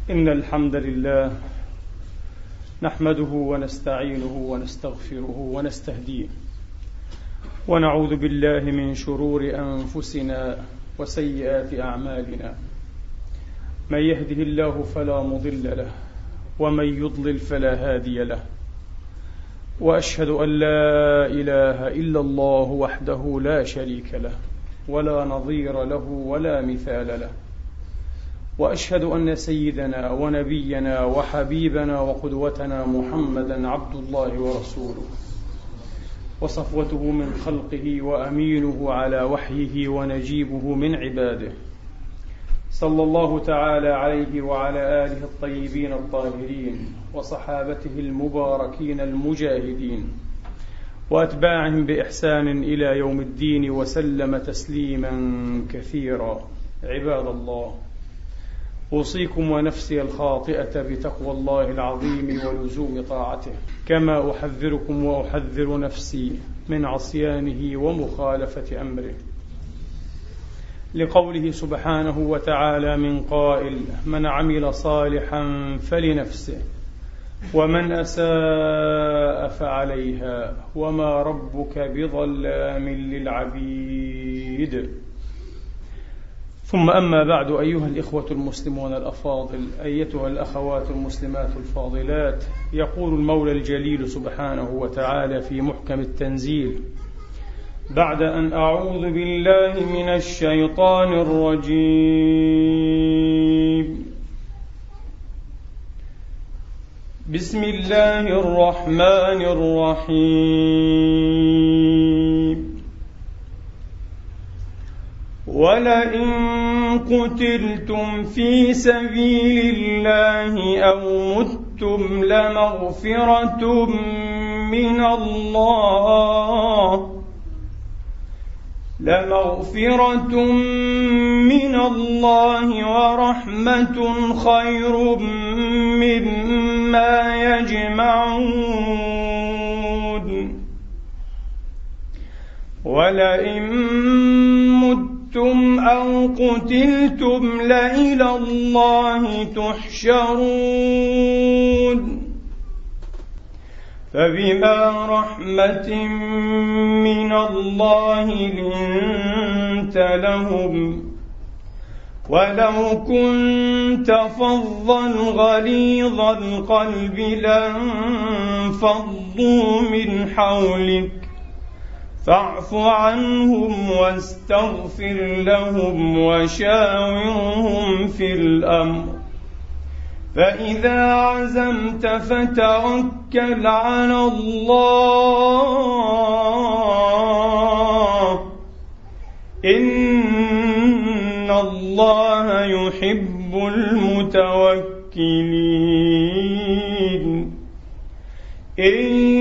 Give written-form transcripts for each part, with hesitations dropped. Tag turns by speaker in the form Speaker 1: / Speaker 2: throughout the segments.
Speaker 1: إن الحمد لله نحمده ونستعينه ونستغفره ونستهديه ونعوذ بالله من شرور أنفسنا وسيئات أعمالنا. من يهده الله فلا مضل له ومن يضلل فلا هادي له، وأشهد أن لا إله إلا الله وحده لا شريك له ولا نظير له ولا مثال له، وأشهد أن سيدنا ونبينا وحبيبنا وقدوتنا محمدا عبد الله ورسوله وصفوته من خلقه وأمينه على وحيه ونجيبه من عباده، صلى الله تعالى عليه وعلى آله الطيبين الطاهرين وصحابته المباركين المجاهدين وأتباعهم بإحسان إلى يوم الدين وسلم تسليما كثيرا. عباد الله، أوصيكم ونفسي الخاطئة بتقوى الله العظيم ولزوم طاعته، كما أحذركم وأحذر نفسي من عصيانه ومخالفة أمره، لقوله سبحانه وتعالى من قائل: من عمل صالحا فلنفسه ومن أساء فعليها وما ربك بظلام للعبيد. ثم أما بعد، أيها الإخوة المسلمون الأفاضل، أيتها الأخوات المسلمات الفاضلات، يقول المولى الجليل سبحانه وتعالى في محكم التنزيل بعد أن أعوذ بالله من الشيطان الرجيم: بسم الله الرحمن الرحيم: ولئن قتلتم في سبيل الله أو متم لمغفرة من الله ورحمة خير مما يجمعون. ولئن متم أو قتلتم لإلى الله تحشرون. فبما رحمة من الله لنت لهم، ولو كنت فظا غليظ القلب لانفضوا من حولك، فاعف عنهم واستغفر لهم وشاورهم في الأمر، فإذا عزمت فتوكل على الله، إن الله يحب المتوكلين. إن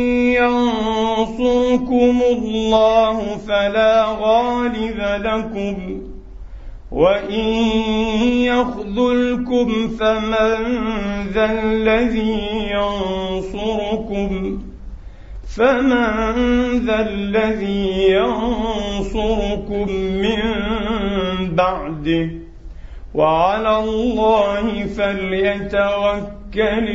Speaker 1: ينصركم الله فلا غالب لكم، وإن يخذلكم فمن ذا الذي ينصركم من بعده، وعلى الله فليتوكل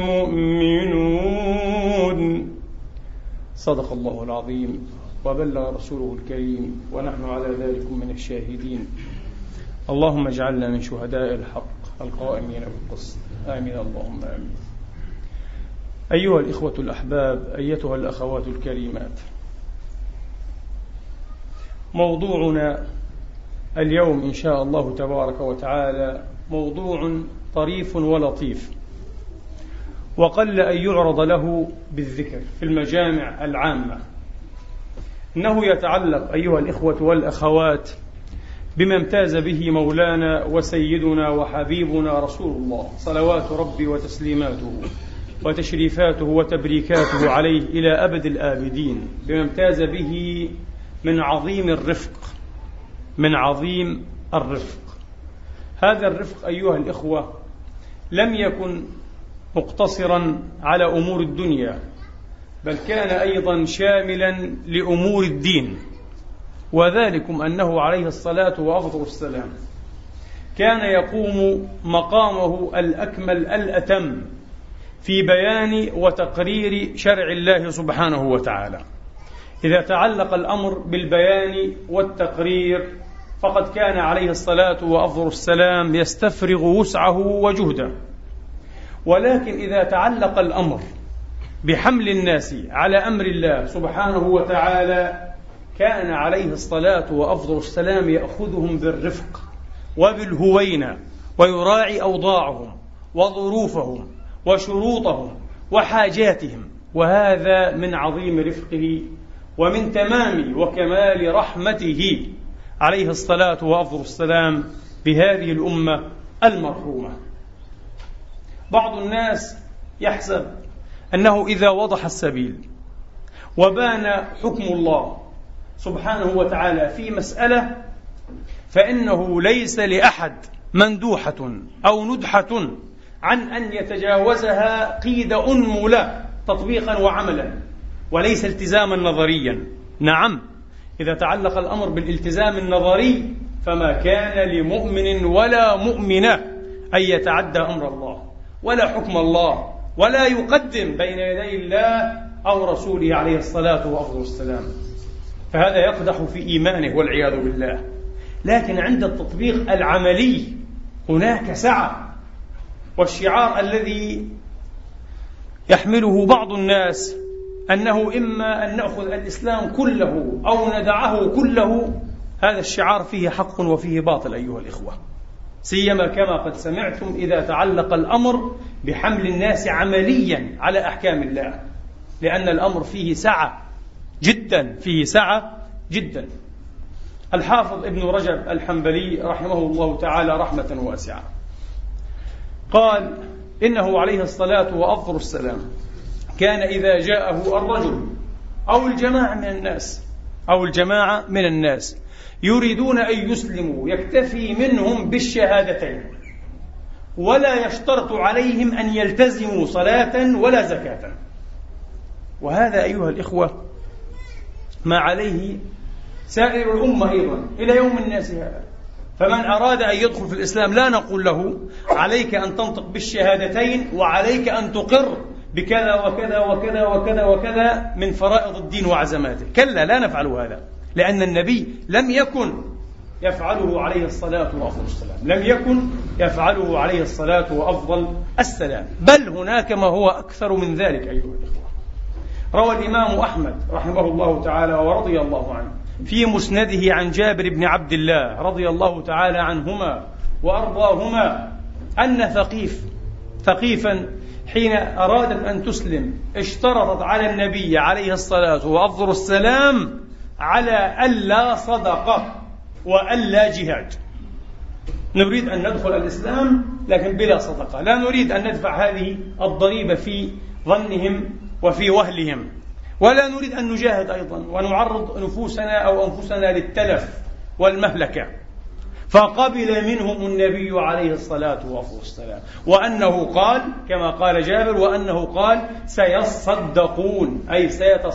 Speaker 1: المؤمنون. صدق الله العظيم وبلغ رسوله الكريم، ونحن على ذلك من الشاهدين. اللهم اجعلنا من شهداء الحق القائمين بالقسط، آمين اللهم آمين. أيها الإخوة الأحباب، أيتها الأخوات الكريمات، موضوعنا اليوم إن شاء الله تبارك وتعالى موضوع طريف ولطيف، وقل أن يعرض له بالذكر في المجامع العامة. إنه يتعلق أيها الإخوة والأخوات بما امتاز به مولانا وسيدنا وحبيبنا رسول الله صلوات ربي وتسليماته وتشريفاته وتبريكاته عليه إلى أبد الآبدين، بما امتاز به من عظيم الرفق. هذا الرفق أيها الإخوة لم يكن مقتصرا على أمور الدنيا، بل كان أيضا شاملا لأمور الدين، وذلكم أنه عليه الصلاة والسلام كان يقوم مقامه الأكمل الأتم في بيان وتقرير شرع الله سبحانه وتعالى. إذا تعلق الأمر بالبيان والتقرير فقد كان عليه الصلاة وأفضل السلام يستفرغ وسعه وجهده، ولكن إذا تعلق الأمر بحمل الناس على أمر الله سبحانه وتعالى كان عليه الصلاة وأفضل السلام يأخذهم بالرفق وبالهوينة ويراعي أوضاعهم وظروفهم وشروطهم وحاجاتهم، وهذا من عظيم رفقه ومن تمام وكمال رحمته عليه الصلاة وأفضل السلام بهذه الأمة المرحومة. بعض الناس يحسب أنه إذا وضح السبيل وبان حكم الله سبحانه وتعالى في مسألة فإنه ليس لأحد مندوحة أو ندحة عن أن يتجاوزها قيد أنملة تطبيقا وعملا، وليس التزاما نظريا. نعم، إذا تعلق الأمر بالالتزام النظري فما كان لمؤمن ولا مؤمنة أن يتعدى أمر الله ولا حكم الله ولا يقدم بين يدي الله أو رسوله عليه الصلاة وأفضل السلام، فهذا يقدح في إيمانه والعياذ بالله. لكن عند التطبيق العملي هناك سعة، والشعار الذي يحمله بعض الناس أنه إما أن نأخذ الإسلام كله أو ندعه كله، هذا الشعار فيه حق وفيه باطل أيها الإخوة، سيما كما قد سمعتم إذا تعلق الأمر بحمل الناس عمليا على أحكام الله، لأن الأمر فيه سعة جدا، فيه سعة جدا. الحافظ ابن رجب الحنبلي رحمه الله تعالى رحمة واسعة قال إنه عليه الصلاة وأفضل السلام كان إذا جاءه الرجل أو الجماعة من الناس يريدون أن يسلموا يكتفي منهم بالشهادتين ولا يشترط عليهم أن يلتزموا صلاة ولا زكاة. وهذا أيها الإخوة ما عليه سائر الأمة أيضا إلى يوم الناس هذا. فمن أراد أن يدخل في الإسلام لا نقول له عليك أن تنطق بالشهادتين وعليك أن تقر بكذا وكذا وكذا وكذا وكذا من فرائض الدين وعزماته، كلا، لا نفعل هذا، لأن النبي لم يكن يفعله عليه الصلاة وأفضل السلام، لم يكن يفعله عليه الصلاة وأفضل السلام، بل هناك ما هو أكثر من ذلك أيها الإخوة. روى الإمام أحمد رحمه الله تعالى ورضي الله عنه في مسنده عن جابر بن عبد الله رضي الله تعالى عنهما وأرضاهما أن ثقيفا حين أرادت أن تسلم اشترطت على النبي عليه الصلاة وأفضل السلام على ألا صدقة وألا جهاد. نريد أن ندخل الإسلام لكن بلا صدقة، لا نريد أن ندفع هذه الضريبة في ظنهم وفي وهلهم، ولا نريد أن نجاهد أيضا ونعرض نفوسنا أو أنفسنا للتلف والمهلكة. فقبل منهم النبي عليه الصلاة والسلام، وأنه قال كما قال جابر، وأنه قال سيصدقون، أي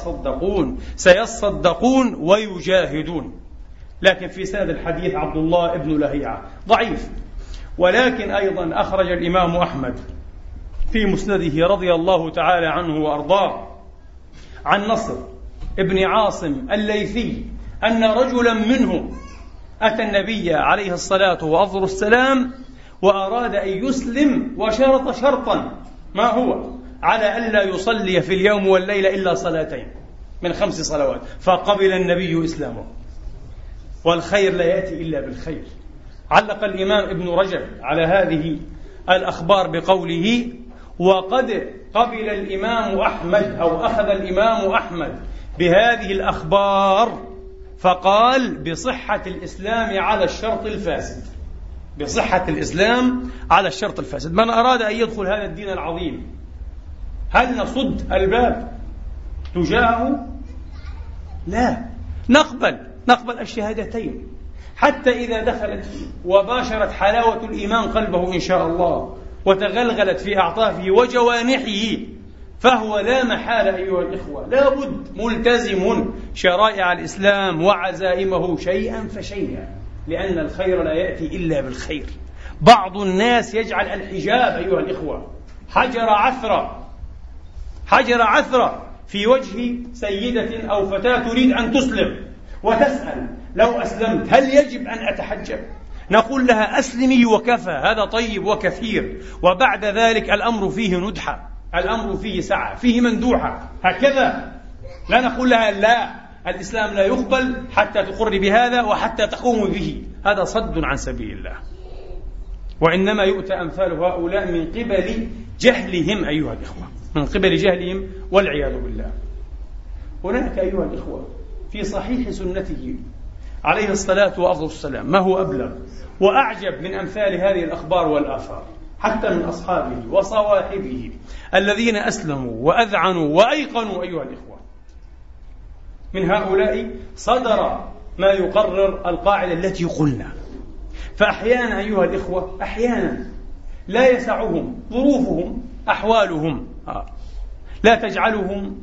Speaker 1: سيصدقون ويجاهدون. لكن في سند الحديث عبد الله بن لهيعة ضعيف، ولكن أيضا أخرج الإمام أحمد في مسنده رضي الله تعالى عنه وأرضاه عن نصر ابن عاصم الليثي أن رجلا منهم أتى النبي عليه الصلاة وأفضل السلام وأراد أن يسلم وشرط شرطا، ما هو؟ على ألا يصلي في اليوم والليلة إلا صلاتين من 5 صلوات، فقبل النبي إسلامه. والخير لا يأتي إلا بالخير. علق الإمام ابن رجب على هذه الأخبار بقوله: وقد قبل الإمام أحمد أو أخذ الإمام أحمد بهذه الأخبار فقال بصحة الإسلام على الشرط الفاسد، بصحة الإسلام على الشرط الفاسد. من أراد أن يدخل هذا الدين العظيم هل نصد الباب تجاهه؟ لا، نقبل الشهادتين حتى إذا دخلت وباشرت حلاوة الإيمان قلبه إن شاء الله وتغلغلت في أعطافه وجوانحه، فهو لا محالة أيها الإخوة لا بد ملتزم شرائع الإسلام وعزائمه شيئا فشيئا، لأن الخير لا يأتي إلا بالخير، بعض الناس يجعل الحجاب أيها الإخوة حجر عثرة في وجه سيدة أو فتاة تريد أن تسلم وتسأل: لو أسلمت هل يجب أن أتحجب؟ نقول لها: أسلمي وكفى، هذا طيب وكثير، وبعد ذلك الأمر فيه ندحة، الأمر فيه سعة، فيه مندوحة، هكذا. لا نقول لها: لا، الإسلام لا يقبل حتى تقر بهذا وحتى تقوم به، هذا صد عن سبيل الله. وإنما يؤتى أمثال هؤلاء من قبل جهلهم أيها الإخوة، من قبل جهلهم والعياذ بالله. هناك أيها الإخوة في صحيح سنته عليه الصلاة والسلام ما هو أبلغ وأعجب من أمثال هذه الأخبار والآثار، حتى من أصحابه وصواحبه الذين أسلموا وأذعنوا وأيقنوا أيها الإخوة. من هؤلاء صدر ما يقرر القاعدة التي قلنا. فأحيانا أيها الإخوة، أحيانا لا يسعهم ظروفهم، أحوالهم لا تجعلهم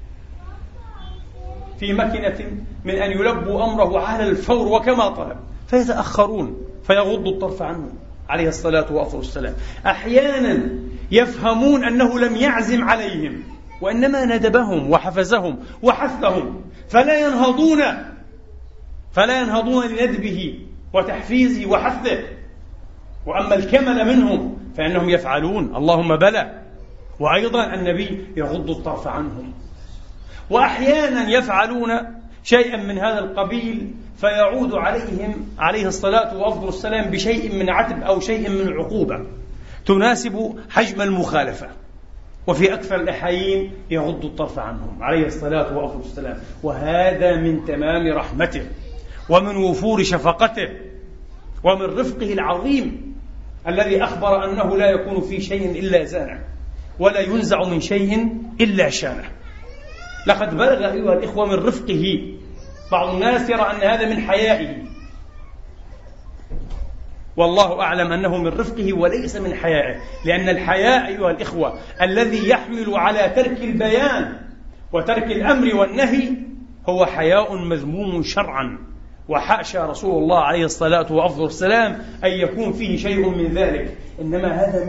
Speaker 1: في مكنة من أن يلبوا أمره على الفور وكما طلب، فيتأخرون فيغض الطرف عنه عليه الصلاة والسلام. أحيانا يفهمون أنه لم يعزم عليهم وإنما ندبهم وحفزهم وحثهم، فلا ينهضون لندبه وتحفيزه وحثه. وأما الكمل منهم فإنهم يفعلون، اللهم بلى. وأيضا النبي يغض الطرف عنهم. وأحيانا يفعلون شيئا من هذا القبيل فيعود عليهم عليه الصلاة والسلام بشيء من عتب أو شيء من عقوبة تناسب حجم المخالفة، وفي أكثر الأحيان يغض الطرف عنهم عليه الصلاة والسلام. وهذا من تمام رحمته ومن وفور شفقته ومن رفقه العظيم الذي أخبر أنه لا يكون في شيء إلا زانه ولا ينزع من شيء إلا شانه. لقد بلغ أيها الإخوة من رفقه. بعض الناس يرى أن هذا من حيائه، والله أعلم أنه من رفقه وليس من حيائه، لأن الحياء أيها الإخوة الذي يحمل على ترك البيان وترك الأمر والنهي هو حياء مذموم شرعا، وحاشا رسول الله عليه الصلاة والسلام أن يكون فيه شيء من ذلك، إنما هذا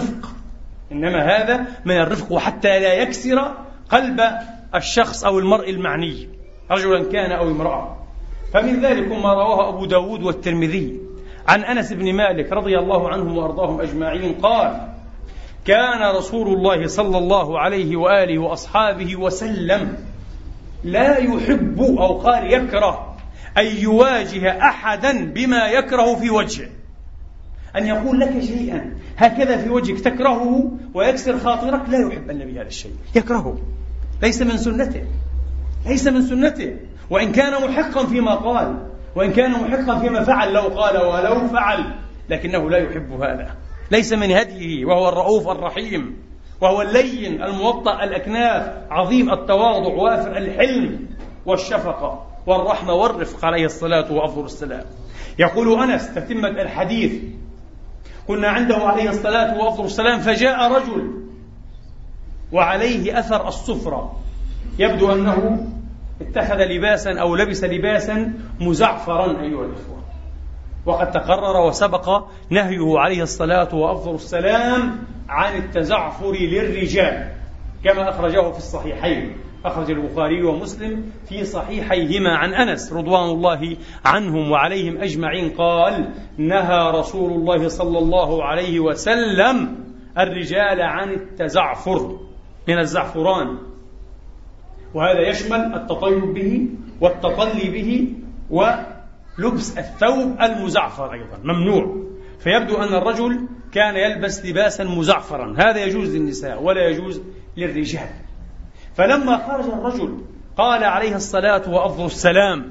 Speaker 1: من الرفق، وحتى لا يكسر قلب الشخص أو المرء المعني، رجلا كان أو امرأة. فمن ذلك ما رواه أبو داود والترمذي عن أنس بن مالك رضي الله عنهم وأرضاهم أجمعين قال: كان رسول الله صلى الله عليه وآله وأصحابه وسلم لا يحب، أو قال يكره، أن يواجه أحدا بما يكره في وجهه، أن يقول لك شيئا هكذا في وجهك تكرهه ويكسر خاطرك. لا يحب النبي هذا الشيء، يكرهه، ليس من سنته، وإن كان محقا فيما قال، وإن كان محقا فيما فعل، لو قال ولو فعل، لكنه لا يحب هذا، ليس من هديه. وهو الرؤوف الرحيم، وهو اللين الموطأ الأكناف، عظيم التواضع، وافر الحلم والشفقة والرحمة والرفق عليه الصلاة والسلام. يقول أنس تتمة الحديث: كنا عنده عليه الصلاة والسلام فجاء رجل وعليه أثر الصفرة، يبدو أنه اتخذ لباسا أو لبس لباسا مزعفرا أيها الإخوة، وقد تقرر وسبق نهيه عليه الصلاة والسلام عن التزعفر للرجال كما أخرجه في الصحيحين، أخرج البخاري ومسلم في صحيحيهما عن أنس رضوان الله عنهم وعليهم أجمعين قال: نهى رسول الله صلى الله عليه وسلم الرجال عن التزعفر من الزعفران، وهذا يشمل التطيب به والتطلي به ولبس الثوب المزعفر أيضا ممنوع. فيبدو أن الرجل كان يلبس لباسا مزعفرا، هذا يجوز للنساء ولا يجوز للرجال. فلما خرج الرجل قال عليه الصلاة والسلام: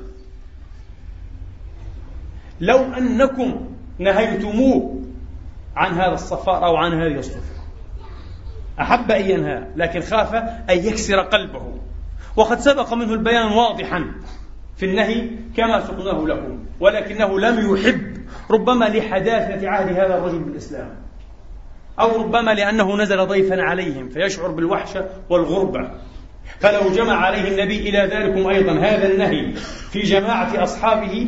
Speaker 1: لو أنكم نهيتموه عن هذا الصفار أو عن هذه الصفة. أحب أن ينهى لكن خاف أن يكسر قلبه، وقد سبق منه البيان واضحا في النهي كما سقناه له، ولكنه لم يحب، ربما لحداثة عهد هذا الرجل بالإسلام، أو ربما لأنه نزل ضيفا عليهم فيشعر بالوحشة والغربة، فلو جمع عليه النبي إلى ذلكم أيضا هذا النهي في جماعة أصحابه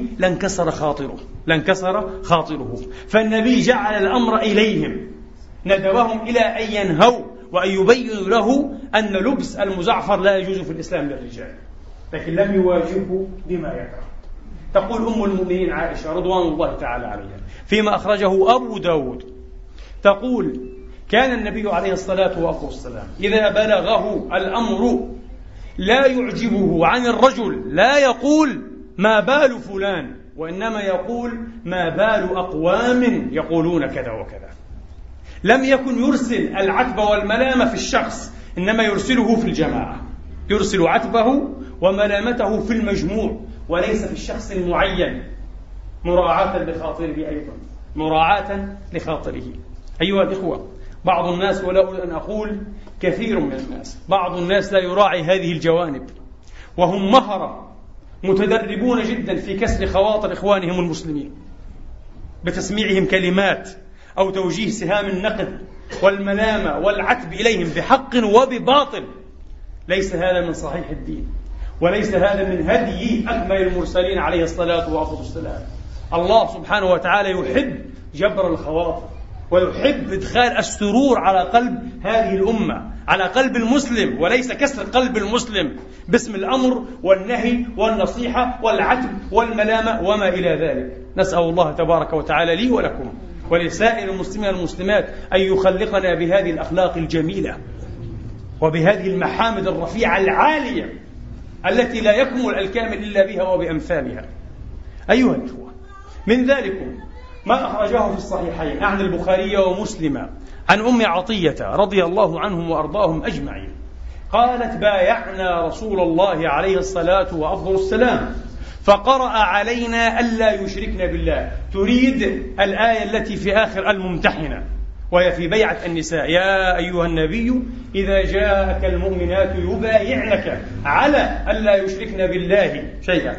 Speaker 1: لانكسر خاطره. فالنبي جعل الأمر إليهم، ندبهم إلى أن ينهوا وأن يبينوا له أن لبس المزعفر لا يجوز في الإسلام للرجال، لكن لم يواجهه بما يكره. تقول أم المؤمنين عائشة رضوان الله تعالى عليها فيما أخرجه أبو داود، تقول: كان النبي عليه الصلاة والسلام إذا بلغه الأمر لا يعجبه عن الرجل لا يقول ما بال فلان، وإنما يقول ما بال أقوام يقولون كذا وكذا. لم يكن يرسل العتب والملامة في الشخص، إنما يرسله في الجماعة، يرسل عتبه وملامته في المجموع وليس في الشخص المعين، مراعاة لخاطره أيضا، مراعاة لخاطره. أيها الإخوة، بعض الناس، ولا أريد أن أقول كثير من الناس، بعض الناس لا يراعي هذه الجوانب، وهم مهرة متدربون جدا في كسر خواطر إخوانهم المسلمين بتسميعهم كلمات أو توجيه سهام النقد والملامة والعتب إليهم بحق وبباطل. ليس هذا من صحيح الدين، وليس هذا من هدي أكمل المرسلين عليه الصلاة والسلام. الله سبحانه وتعالى يحب جبر الخواطر، ويحب إدخال السرور على قلب هذه الأمة، على قلب المسلم، وليس كسر قلب المسلم باسم الأمر والنهي والنصيحة والعتب والملامة وما إلى ذلك. نسأل الله تبارك وتعالى لي ولكم ولسائر المسلمين والمسلمات أن يخلقنا بهذه الأخلاق الجميلة وبهذه المحامد الرفيعة العالية التي لا يكمل الكامل إلا بها وبأمثالها. أيها الإخوة، من ذلكم ما أخرجه في الصحيحين عن البخاري ومسلم عن أم عطية رضي الله عنهم وأرضاهم أجمعين، قالت: بايعنا رسول الله عليه الصلاة والسلام فقرأ علينا ألا يشركن بالله. تريد الآية التي في آخر الممتحنة، وهي في بيعة النساء: يا أيها النبي إذا جاءك المؤمنات يبايعنك على ألا يشركن بالله شيئا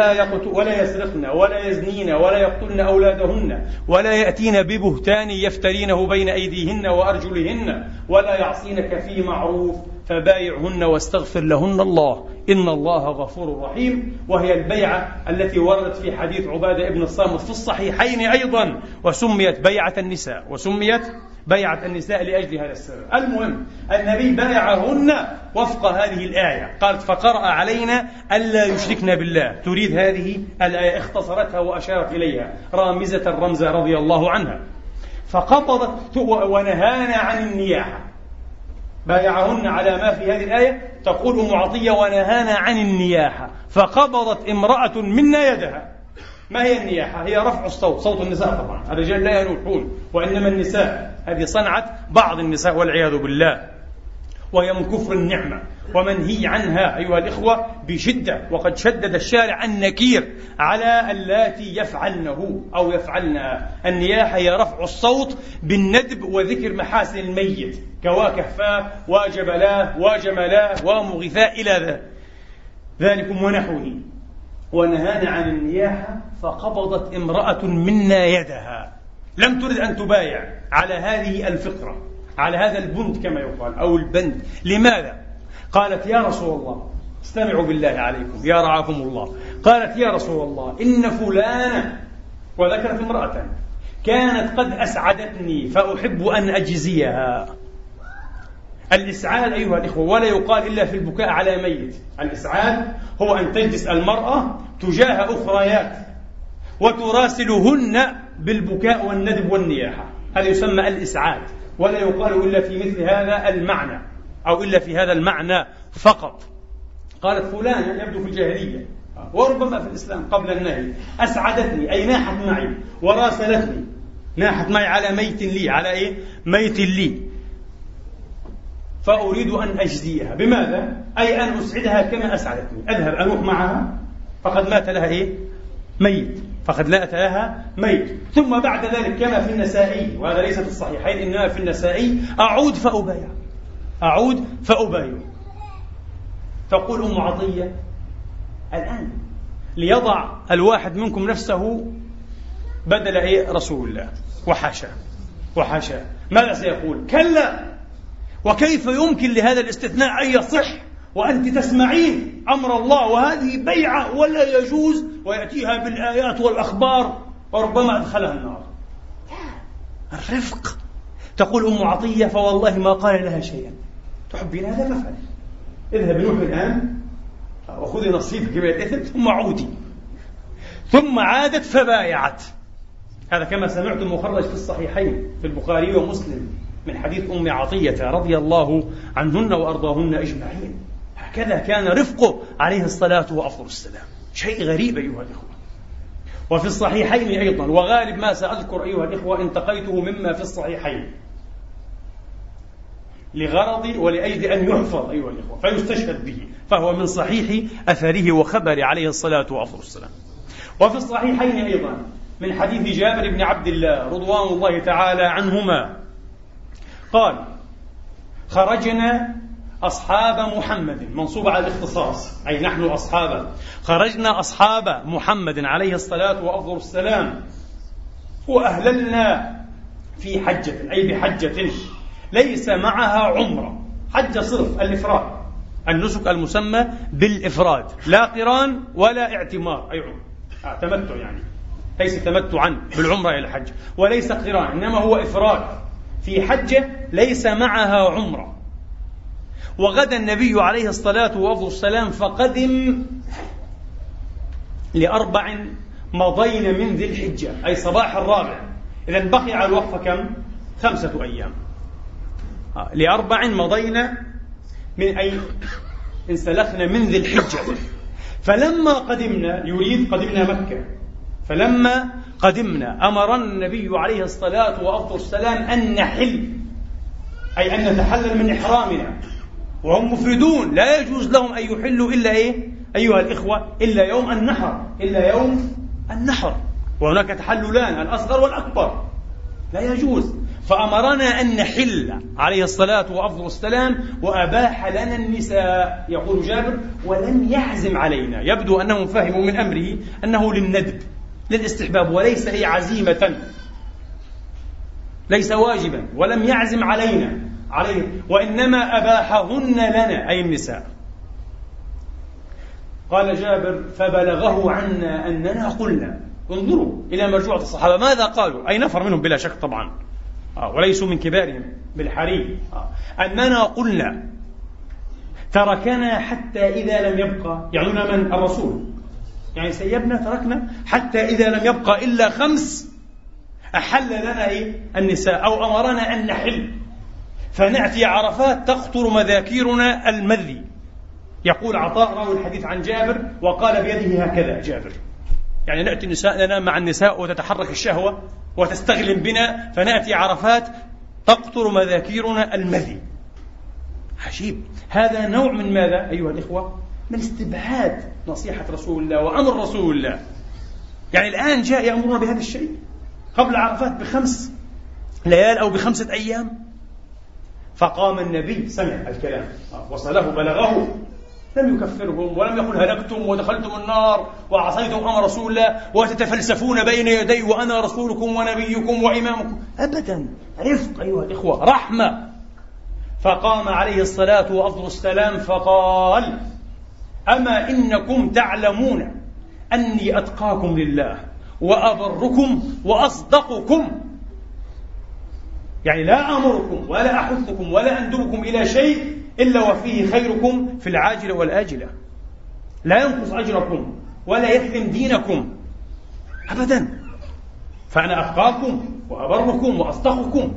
Speaker 1: ولا يسرقن ولا يزنين ولا يقتلن أولادهن ولا يأتين ببهتان يفترينه بين أيديهن وأرجلهن ولا يعصينك في معروف فبايعهن واستغفر لهن الله إن الله غفور رحيم. وهي البيعة التي وردت في حديث عبادة بن الصامت في الصحيحين أيضا، وسميت بيعة النساء، وسميت بيعة النساء لأجل هذا السبب. المهم، النبي بايعهن وفق هذه الآية، قالت: فقرأ علينا ألا يشركن بالله. تريد هذه الآية، اختصرتها وأشارت إليها رامزة الرمزة رضي الله عنها. فقبضت ونهانا عن النياحة. بايعهن على ما في هذه الآية، تقول أم عطية: ونهانا عن النياحة. فقبضت امرأة منا يدها. ما هي النياحة؟ هي رفع الصوت، صوت النساء طبعا، الرجال لا ينوحون، وإنما النساء. هذه صنعة بعض النساء والعياذ بالله، وهي من كفر النعمة ومنهي عنها أيها الإخوة بشدة. وقد شدد الشارع النكير على اللاتي يفعلنه أو يفعلنها. النياحة هي رفع الصوت بالندب وذكر محاسن الميت كواكهفاه وجبلاه وجملاه ومغثاه إلى ذلكم ونحوه. ونهانا عن النياحة فقبضت امرأة منا يدها. لم ترد أن تبايع على هذه الفقرة، على هذا البند كما يقال أو البند. لماذا؟ قالت: يا رسول الله، استمعوا بالله عليكم يا رعاكم الله، قالت: يا رسول الله إن فلانة، وذكرت امرأة، كانت قد أسعدتني فأحب أن أجزيها. الإسعاد أيها الإخوة ولا يقال إلا في البكاء على ميت. الإسعاد هو أن تجلس المرأة تجاه أخريات وتراسلهن بالبكاء والندب والنياحة، هذا يسمى الإسعاد، ولا يقال إلا في مثل هذا المعنى أو إلا في هذا المعنى فقط. قالت: فلانة، يبدو في الجاهلية وربما في الإسلام قبل النهي، أسعدتني أي ناحت معي وراسلتني، ناحت معي على ميت لي، على إيه؟ ميت لي، فأريد أن أجزيها. بماذا؟ أي أن أسعدها كما أسعدتني، أذهب أنوح معها فقد مات لها إيه؟ ميت، فقد مات لها ميت. ثم بعد ذلك كما في النسائي، وهذا ليس في الصحيحين إنما في النسائي، أعود فأبايع. تقول أم عطية: الآن ليضع الواحد منكم نفسه بدل إيه؟ رسول الله، وحاشا، ماذا سيقول؟ كلا، وكيف يمكن لهذا الاستثناء أن يصح وأنت تسمعين أمر الله وهذه بيعة ولا يجوز، ويأتيها بالآيات والأخبار وربما أدخلها النار. الرفق. تقول أم عطية فوالله ما قال لها شيئا، تحبين هذا فافعل، اذهب نوح الآن وخذي نصيبك من الإثم ثم عودي. ثم عادت فبايعت. هذا كما سمعتم مخرج في الصحيحين في البخاري ومسلم من حديث أم عطية رضي الله عنهن وأرضاهن أجمعين. هكذا كان رفقه عليه الصلاة وأفضل السلام، شيء غريب أيها الإخوة. وفي الصحيحين أيضا، وغالب ما سأذكر أيها الإخوة انتقيته مما في الصحيحين لغرض ولأجل أن يحفظ أيها الإخوة فيستشهد به، فهو من صحيح أثره وخبر عليه الصلاة وأفضل السلام. وفي الصحيحين أيضا من حديث جابر بن عبد الله رضوان الله تعالى عنهما قال: خرجنا أصحاب محمد، منصوب على الاختصاص أي نحن أصحابه، خرجنا أصحاب محمد عليه الصلاة وأفضل السلام وأهللنا في حجة، أي بحجة ليس معها عمرة، حجة صرف الإفراد، النسك المسمى بالإفراد، لا قران ولا اعتمار أي عمر، تمتع يعني، ليس تمتعا بالعمرة إلى الحج، وليس قران إنما هو إفراد في حجة ليس معها عمرة. وغدا النبي عليه الصلاة والسلام فقدم ل4 مضين من ذي الحجة، أي صباح الرابع، إذن بقي على الوقفة كم؟ 5 أيام. ل4 مضينا من أي انسلخنا من ذي الحجة. فلما قدمنا، يريد قدمنا مكة، فلما قدمنا أمرنا النبي عليه الصلاة والسلام أن نحل، أي أن نتحلل من إحرامنا، وهم مفردون لا يجوز لهم أن يحلوا إلا إيه أيها الإخوة؟ إلا يوم النحر، إلا يوم النحر، وهناك تحللان الأصغر والأكبر لا يجوز. فأمرنا أن نحل عليه الصلاة والسلام وأباح لنا النساء. يقول جابر: ولم يعزم علينا، يبدو أنهم فهموا من أمره أنه للندب للاستحباب وليس أي عزيمة، ليس واجبا، ولم يعزم علينا عليه، وإنما أباحهن لنا أي النساء. قال جابر: فبلغه عنا أننا قلنا، انظروا إلى مرجوعة الصحابة ماذا قالوا، أي نفر منهم بلا شك طبعا وليسوا من كبارهم بالحري، أننا قلنا تركنا حتى إذا لم يبقى، يعنون من؟ الرسول، يعني سيبنا تركنا حتى إذا لم يبقى إلا 5 أحل لنا إيه؟ النساء، أو أمرنا أن نحل فنأتي عرفات تقطر مذاكيرنا المذي. يقول عطاء راوي الحديث عن جابر: وقال بيده هكذا جابر، يعني نأتي نساءنا مع النساء وتتحرك الشهوة وتستغلم بنا، فنأتي عرفات تقطر مذاكيرنا المذي. عجيب، هذا نوع من ماذا أيها الإخوة؟ من استبعاد نصيحة رسول الله وأمر رسول الله. يعني الآن جاء يأمرنا بهذا الشيء قبل عرفات ب5 ليال أو ب5 أيام. فقام النبي، سمع الكلام وصله بلغه، لم يكفرهم ولم يقل هلكتم ودخلتم النار وعصيتم أمر رسول الله وتتفلسفون بين يدي وأنا رسولكم ونبيكم وإمامكم، أبدا. رفق أيها الإخوة، رحمة. فقام عليه الصلاة والسلام فقال: أما إنكم تعلمون أني أتقاكم لله وأبركم وأصدقكم، يعني لا أمركم ولا أحثكم ولا أندبكم إلى شيء إلا وفيه خيركم في العاجلة والآجلة، لا ينقص أجركم ولا يثم دينكم أبدا، فأنا أتقاكم وأبركم وأصدقكم.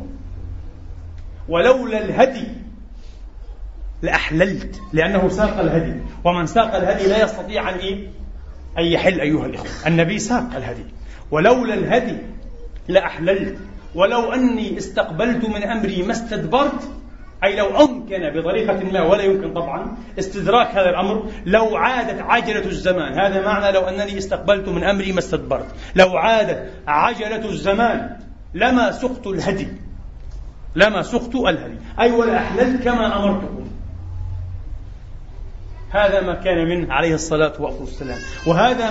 Speaker 1: ولولا الهدي لأحللت، لأنه ساق الهدي، ومن ساق الهدي لا يستطيع أن يحل أيها الإخوة، النبي ساق الهدي. ولولا الهدي لأحللت، ولو أني استقبلت من أمري ما استدبرت، أي لو أمكن بطريقة ما، ولا يمكن طبعا استدراك هذا الأمر، لو عادت عجلة الزمان، هذا معنى لو أنني استقبلت من أمري ما استدبرت، لو عادت عجلة الزمان لما سقت الهدي، لما سقت الهدي، أي ولا أحللت كما أمرتكم. هذا ما كان منه عليه الصلاة والسلام، وهذا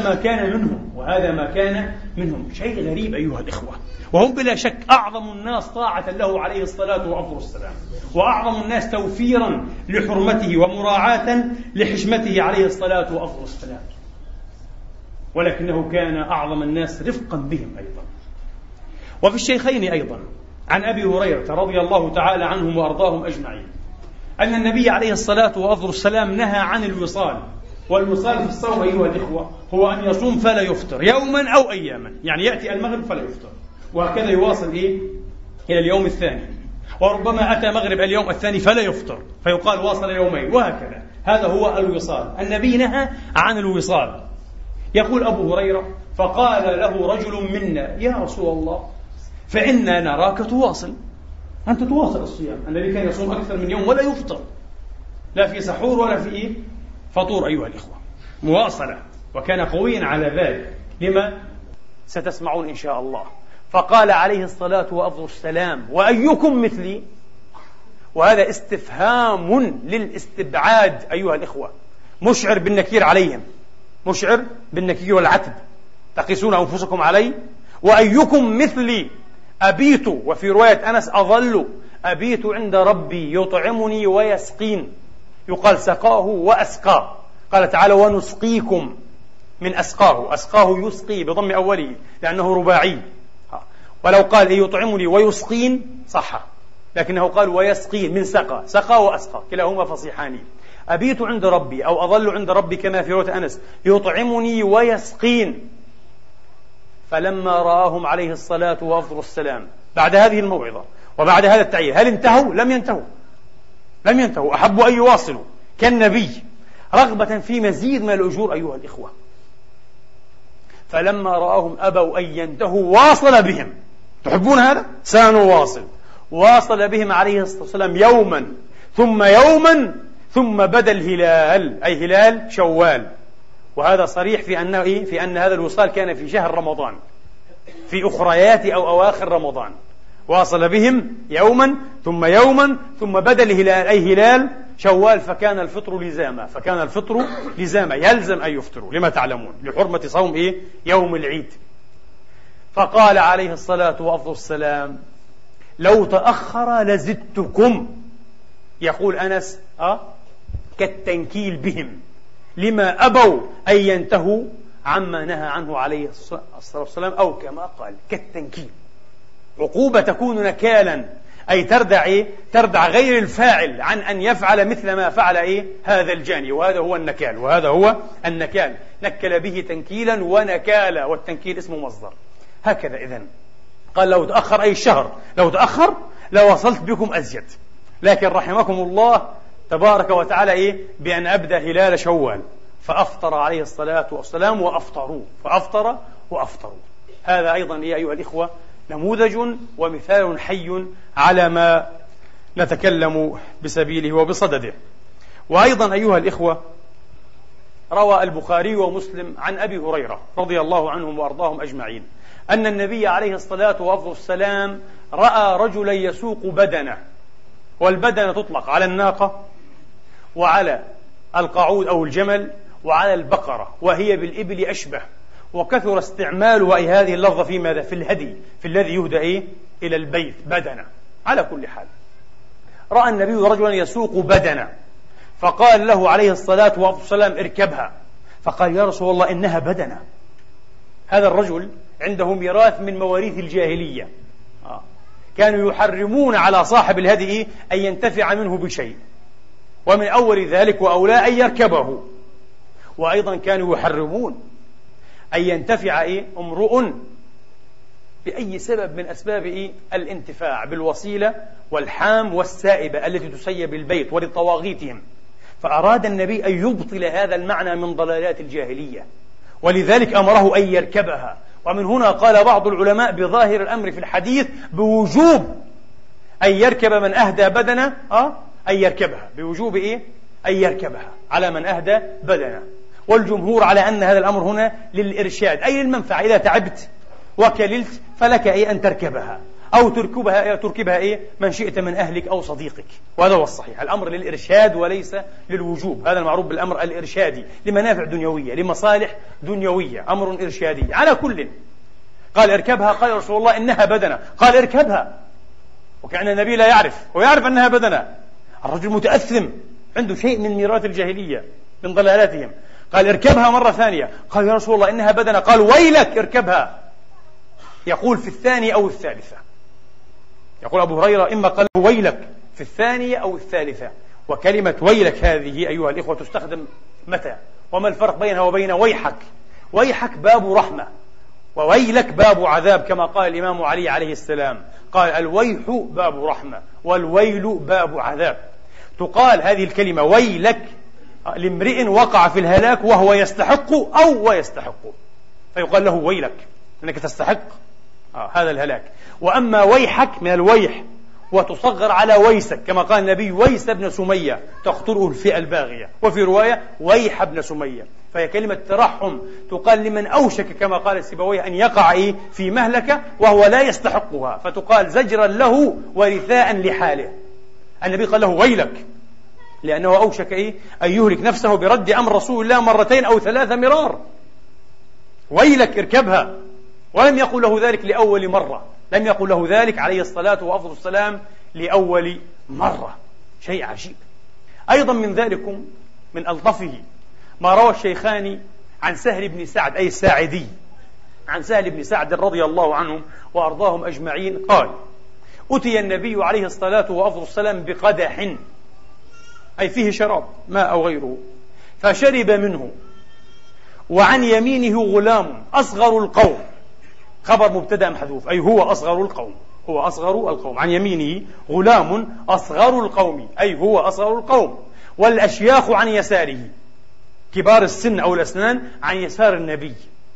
Speaker 1: ما كان منهم شيء غريب أيها الإخوة. وهم بلا شك أعظم الناس طاعة له عليه الصلاة والسلام، وأعظم الناس توفيرا لحرمته ومراعاة لحشمته عليه الصلاة والسلام، ولكنه كان أعظم الناس رفقا بهم أيضا. وفي الشيخين أيضا عن أبي هريرة رضي الله تعالى عنهم وأرضاهم أجمعين أن النبي عليه الصلاة والسلام نهى عن الوصال. والوصال في الصوم أيها الإخوة هو أن يصوم فلا يفطر يوما أو أياما، يعني يأتي المغرب فلا يفطر، وهكذا يواصل إلى اليوم الثاني، وربما أتى مغرب اليوم الثاني فلا يفطر فيقال واصل يومين، وهكذا. هذا هو الوصال. النبي نهى عن الوصال. يقول أبو هريرة: فقال له رجل منا: يا رسول الله، فإنا نراك تواصل، أنت تواصل الصيام. النبي كان يصوم أكثر من يوم ولا يفطر، لا في سحور ولا في فطور أيها الإخوة، مواصلة، وكان قويا على ذلك، لما ستسمعون إن شاء الله. فقال عليه الصلاة والسلام: وأيكم مثلي؟ وهذا استفهام للاستبعاد أيها الإخوة، مشعر بالنكير عليهم، مشعر بالنكير والعتب. تقيسون أنفسكم علي؟ وأيكم مثلي أبيت، وفي رواية أنس أظل، أبيت عند ربي يطعمني ويسقين، يقال سقاه وأسقاه. قال تعالى: ونسقيكم من أسقاه، أسقاه يسقي بضم أوله لأنه رباعي، ولو قال يطعمني ويسقين صح، لكنه قال ويسقين من سقى، سقى وأسقى كلاهما فصيحان. أبيت عند ربي أو أظل عند ربي كما في رواية أنس يطعمني ويسقين. فلما رآهم عليه الصلاة والسلام بعد هذه الموعظة وبعد هذا التعيين، هل انتهوا؟ لم ينتهوا، أحبوا أن يواصلوا كالنبي رغبة في مزيد من الأجور أيها الإخوة. فلما رآهم أبوا أن ينتهوا واصل بهم. تحبون هذا؟ سنواصل. واصل بهم عليه الصلاة والسلام يوما ثم يوما ثم بدا الهلال، أي هلال شوال. وهذا صريح في أن هذا الوصال كان في شهر رمضان، في أخريات أو أواخر رمضان. واصل بهم يوما ثم بدا الهلال، أي هلال شوال، فكان الفطر لزاما، يلزم أن يفطروا، لما تعلمون لحرمة صوم يوم العيد. فقال عليه الصلاة والسلام: لو تأخر لزدتكم. يقول أنس كالتنكيل بهم، لما أبوا أن ينتهوا عما نهى عنه عليه الصلاة والسلام، أو كما قال كالتنكيل. عقوبة تكون نكالا، أي تردع غير الفاعل عن أن يفعل مثل ما فعل هذا الجاني، وهذا هو النكال، نكل به تنكيلا ونكالا، والتنكيل اسمه مصدر. هكذا إذن قال: لو تأخر أي الشهر، لو تأخر لوصلت بكم أزيد، لكن رحمكم الله تبارك وتعالى بأن أبدأ هلال شوال. فأفطر عليه الصلاة والسلام فأفطر وأفطروا. هذا أيضا أيها الإخوة نموذج ومثال حي على ما نتكلم بسبيله وبصدده. وأيضا أيها الإخوة روى البخاري ومسلم عن أبي هريرة رضي الله عنهم وأرضاهم أجمعين أن النبي عليه الصلاة والسلام رأى رجلا يسوق بدنه، والبدنة تطلق على الناقة وعلى القعود أو الجمل وعلى البقرة، وهي بالإبل أشبه، وكثر استعمالها هذه اللفظة في ماذا؟ في الهدي، في الذي يهدى إلى البيت، بدنة. على كل حال رأى النبي رجلا يسوق بدنة، فقال له عليه الصلاة والسلام: اركبها. فقال: يا رسول الله، إنها بدنة. هذا الرجل عنده ميراث من مواريث الجاهلية، كانوا يحرمون على صاحب الهدي أن ينتفع منه بشيء، ومن أول ذلك وأولى أن يركبه. وأيضا كانوا يحرمون أن ينتفع امرؤ بأي سبب من أسباب الانتفاع بالوصيلة والحام والسائبة التي تسيب البيت ولطواغيتهم. فأراد النبي أن يبطل هذا المعنى من ضلالات الجاهلية، ولذلك أمره أن يركبها. ومن هنا قال بعض العلماء بظاهر الأمر في الحديث بوجوب أن يركب من أهدى بدنه، أن يركبها، بوجوب أن يركبها على من أهدى بدنه. والجمهور على أن هذا الأمر هنا للإرشاد، أي للمنفعة. إذا تعبت وكللت فلك أن تركبها،
Speaker 2: أو تركبها إيه من شئت من أهلك أو صديقك. وهذا هو الصحيح، الأمر للإرشاد وليس للوجوب. هذا المعروف بالأمر الإرشادي، لمنافع دنيوية، لمصالح دنيوية، أمر إرشادي. على كل قال اركبها، قال رسول الله إنها بدنة، قال اركبها، وكأن النبي لا يعرف، ويعرف أنها بدنة. الرجل متأثم، عنده شيء من ميراث الجاهلية من ضلالاتهم. قال اركبها مرة ثانية، قال يا رسول الله إنها بدنة، قال ويلك اركبها. يقول في الثانية أو الثالثة. يقول أبو هريرة إما قال ويلك في الثانية أو الثالثة. وكلمة ويلك هذه أيها الإخوة تستخدم متى؟ وما الفرق بينها وبين ويحك؟ ويحك باب رحمة، وويلك باب عذاب، كما قال الإمام علي عليه السلام، قال الويح باب رحمة والويل باب عذاب. تقال هذه الكلمة ويلك لامرئ وقع في الهلاك وهو يستحق أو ويستحق، فيقال له ويلك أنك تستحق هذا الهلاك. وأما ويحك من الويح، وتصغر على ويسك، كما قال النبي ويس بن سمية تقتله الفئة الباغية، وفي رواية ويح بن سمية. فهي كلمة ترحم تقال لمن أوشك كما قال السيبويه أن يقع في مهلكة وهو لا يستحقها، فتقال زجرا له ورثاء لحاله. النبي قال له ويلك لأنه أوشك أن يهلك نفسه برد أمر رسول الله مرتين أو 3 مرار. ويلك اركبها، ولم يقل له ذلك لأول مرة، لم يقل له ذلك عليه الصلاة وأفضل السلام لأول مرة. شيء عجيب. أيضا من ذلكم من ألطفه ما روى الشيخان عن سهل بن سعد أي الساعدي، عن سهل بن سعد رضي الله عنهم وأرضاهم أجمعين قال أتي النبي عليه الصلاة وأفضل السلام بقدح أي فيه شراب ماء أو غيره، فشرب منه، وعن يمينه غلام أصغر القوم، خبر مبتدأ محذوف أي هو أصغر القوم، هو أصغر القوم، عن يمينه غلام أصغر القوم أي هو أصغر القوم، والأشياخ عن يساره، كبار السن أو الأسنان عن يسار النبي.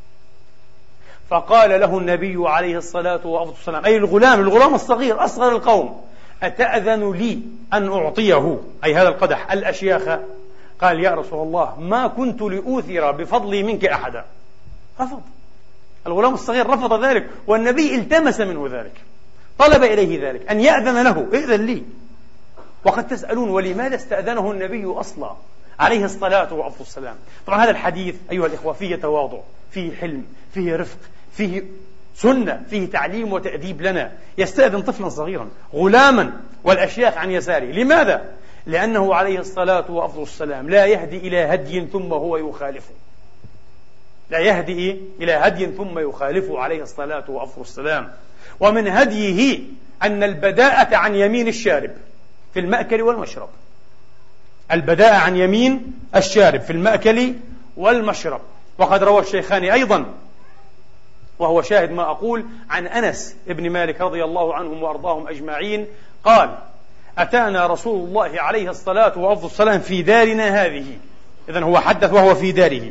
Speaker 2: فقال له النبي عليه الصلاة والسلام أي الغلام الصغير أصغر القوم أتأذن لي أن أعطيه أي هذا القدح الأشياخ؟ قال يا رسول الله ما كنت لأوثر بفضلي منك أحدا. رفض الغلام الصغير، رفض ذلك، والنبي التمس منه ذلك، طلب إليه ذلك أن يأذن له، ائذن لي. وقد تسألون ولماذا استأذنه النبي أصلا عليه الصلاة والسلام؟ طبعا هذا الحديث أيها الإخوة فيه تواضع، فيه حلم، فيه رفق، فيه سنة، فيه تعليم وتأديب لنا. يستأذن طفلا صغيرا غلاما والأشياخ عن يساره، لماذا؟ لأنه عليه الصلاة والسلام لا يهدي إلى هدي ثم هو يخالفه، لا يهدي إلى هدي ثم يخالفه عليه الصلاة والسلام. ومن هديه أن البداءة عن يمين الشارب في المأكل والمشرب، البداءة عن يمين الشارب في المأكل والمشرب. وقد روى الشيخان أيضا وهو شاهد ما أقول عن أنس ابن مالك رضي الله عنهم وأرضاهم أجمعين قال أتانا رسول الله عليه الصلاة والسلام في دارنا هذه، إذن هو حدث وهو في داره،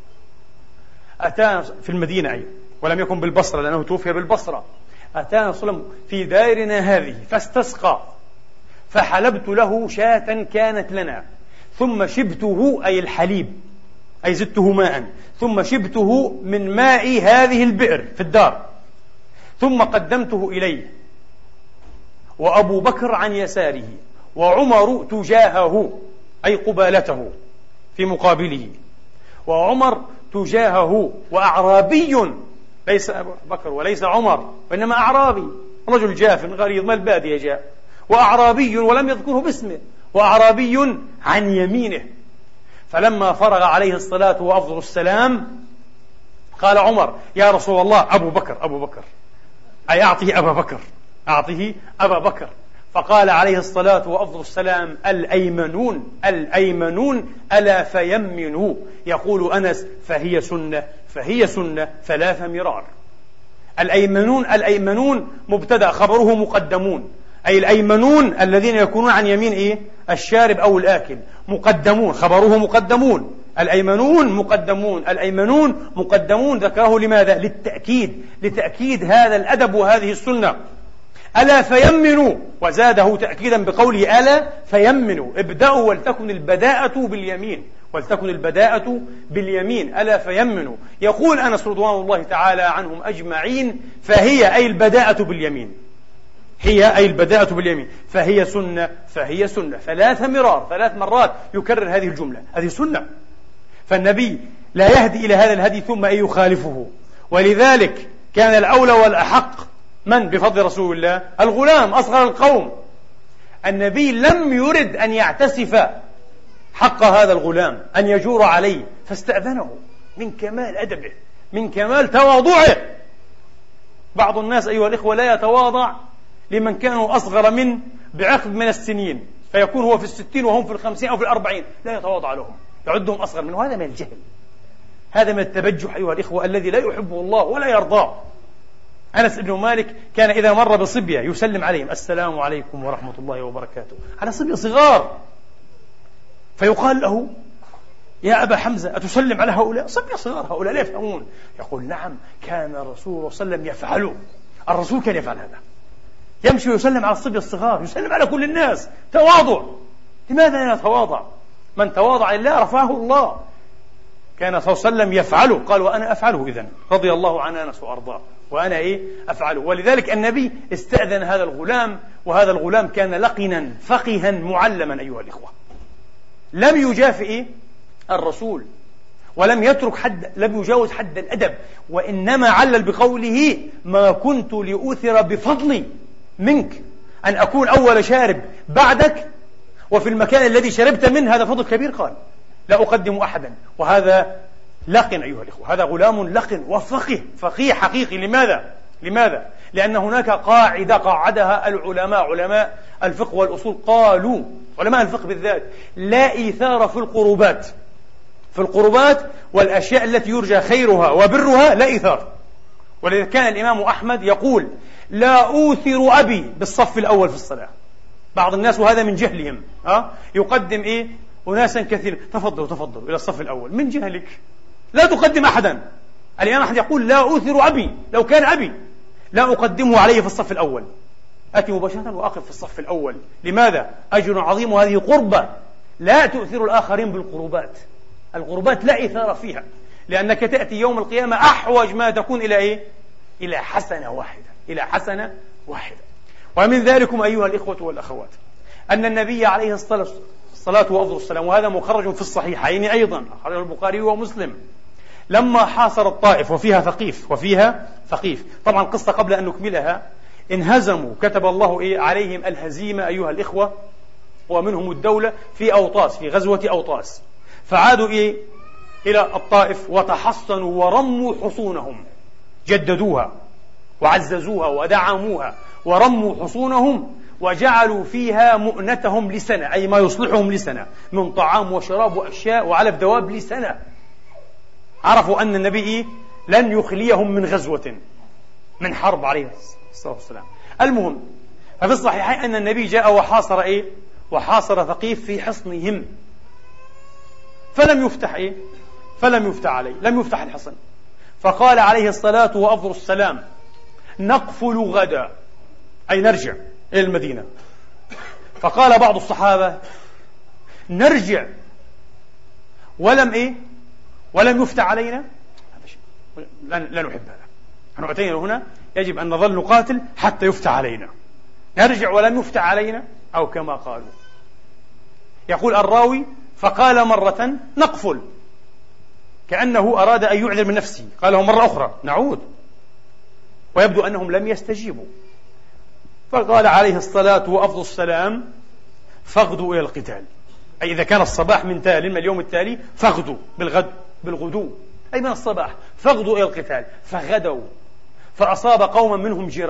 Speaker 2: أتانا في المدينة أي ولم يكن بالبصرة لأنه توفي بالبصرة. أتانا صلى الله عليه وسلم في دارنا هذه فاستسقى فحلبت له شاة كانت لنا، ثم شبته أي الحليب أي زدته ماء، ثم شبته من ماء هذه البئر في الدار، ثم قدمته إليه، وأبو بكر عن يساره، وعمر تجاهه أي قبالته في مقابله، وعمر تجاهه، وأعرابي ليس أبو بكر وليس عمر وإنما أعرابي رجل جاف غريض من البادية جاء، وأعرابي ولم يذكره باسمه، وأعرابي عن يمينه. فلما فرغ عليه الصلاة والسلام قال عمر يا رسول الله أبو بكر أي أعطه أبا بكر، أعطه أبا بكر. فقال عليه الصلاة والسلام الأيمنون ألا فيمنوا. يقول أنس فهي سنة 3 مرار. الأيمنون مبتدأ خبره مقدمون، أي الأيمنون الذين يكونون عن يمين الشارب أو الآكل، مقدمون خبره مقدمون، الأيمنون مقدمون. ذكره لماذا؟ لتأكيد هذا الأدب وهذه السنة. ألا فيمنوا، وزاده تأكيدا بقوله ألا فيمنوا، ابدأوا ولتكن البداءة باليمين، ألا فيمنوا. يقول أنس رضوان الله تعالى عنهم أجمعين فهي أي البداءة باليمين، هي أي البداءة باليمين، فهي سنة، فهي سنة، 3 مرات يكرر هذه الجملة، هذه سنة. فالنبي لا يهدي إلى هذا الهدي ثم أن يخالفه، ولذلك كان الأولى والأحق من بفضل رسول الله؟ الغلام أصغر القوم. النبي لم يرد أن يعتسف حق هذا الغلام، أن يجور عليه، فاستأذنه من كمال أدبه، من كمال تواضعه. بعض الناس أيها الإخوة لا يتواضع لمن كانوا أصغر منه بعقد من السنين، فيكون هو في 60 وهم في 50 أو في 40، لا يتواضع لهم، يعدهم أصغر منه. هذا من الجهل، هذا من التبجح أيها الإخوة الذي لا يحبه الله ولا يرضاه. أنس بن مالك كان إذا مر بصبية يسلم عليهم: السلام عليكم ورحمة الله وبركاته، على صبية صغار، فيقال له: يا أبا حمزة أتسلم على هؤلاء؟ صبية صغار، هؤلاء لا يفهمون. يقول: نعم، كان الرسول صلى الله عليه وسلم يفعله. الرسول كان يفعل هذا، يمشي ويسلم على الصبية الصغار، يسلم على كل الناس. تواضع. لماذا لا نتواضع؟ من تواضع لله رفعه الله. كان صلى الله عليه وسلم يفعله، قال: وأنا أفعله إذن، رضي الله عن أنس وأرضاه، وأنا أفعله. ولذلك النبي استأذن هذا الغلام، وهذا الغلام كان لقنا فقها معلما أيها الإخوة، لم يجافئ الرسول، ولم لم يجاوز حد الأدب، وإنما علل بقوله: ما كنت لأؤثر بفضلي منك، أن أكون أول شارب بعدك وفي المكان الذي شربت منه، هذا فضل كبير. قال: لا أقدم أحدا. وهذا لقن أيها الإخوة، هذا غلام لقن وفقه، فقيه حقيقي. لماذا؟ لأن هناك قاعدة قاعدها العلماء، علماء الفقه والأصول، قالوا، علماء الفقه بالذات: لا إيثار في القربات والأشياء التي يرجى خيرها وبرها لا إيثار. ولذا كان الإمام أحمد يقول: لا أوثر أبي بالصف الأول في الصلاة. بعض الناس وهذا من جهلهم يقدم أناسا كثير، تفضلوا إلى الصف الأول. من جهلك لا تقدم أحدا. الإمام أحمد يقول: لا أوثر أبي، لو كان أبي لا أقدمه عليه في الصف الأول، أتي مباشرة وأقف في الصف الأول. لماذا؟ أجر عظيم، وهذه قربة. لا تؤثر الآخرين بالقربات، القربات لا إثارة فيها، لأنك تأتي يوم القيامة أحوج ما تكون إلى حسنة واحدة. ومن ذلكم أيها الإخوة والأخوات أن النبي عليه الصلاة والسلام، وهذا مخرج في الصحيحين أيضا، أخرجه البخاري ومسلم، لما حاصر الطائف وفيها ثقيف، طبعا القصة قبل أن نكملها، انهزموا، كتب الله عليهم الهزيمة أيها الإخوة، ومنهم الدولة في غزوة أوطاس، فعادوا إلى الطائف وتحصنوا ورموا حصونهم، جددوها وعززوها ودعموها، ورموا حصونهم وجعلوا فيها مؤنتهم لسنة، أي ما يصلحهم لسنة من طعام وشراب وأشياء وعلف دواب لسنة. عرفوا أن النبي لن يخليهم من غزوة، من حرب عليه الصلاة والسلام. المهم، ففي الصحيحين أن النبي جاء وحاصر ثقيف في حصنهم، فلم يفتح عليه، لم يفتح الحصن. فقال عليه الصلاة والسلام: نقفل غدا، أي نرجع إلى المدينة. فقال بعض الصحابة: نرجع ولم يفتح علينا؟ لا نحب هذا، نحن أتينا هنا يجب أن نظل نقاتل حتى يفتح علينا. نرجع ولم يفتح علينا، أو كما قالوا. يقول الراوي: فقال مرة: نقفل، كأنه أراد أن يعذر من نفسه، قاله مرة أخرى: نعود، ويبدو أنهم لم يستجيبوا. فقال عليه الصلاة والسلام: فاغدوا إلى القتال، أي إذا كان الصباح من اليوم التالي فاغدوا، بالغدو أي من الصباح، فاغدوا إلى القتال. فغدوا، فأصاب قوما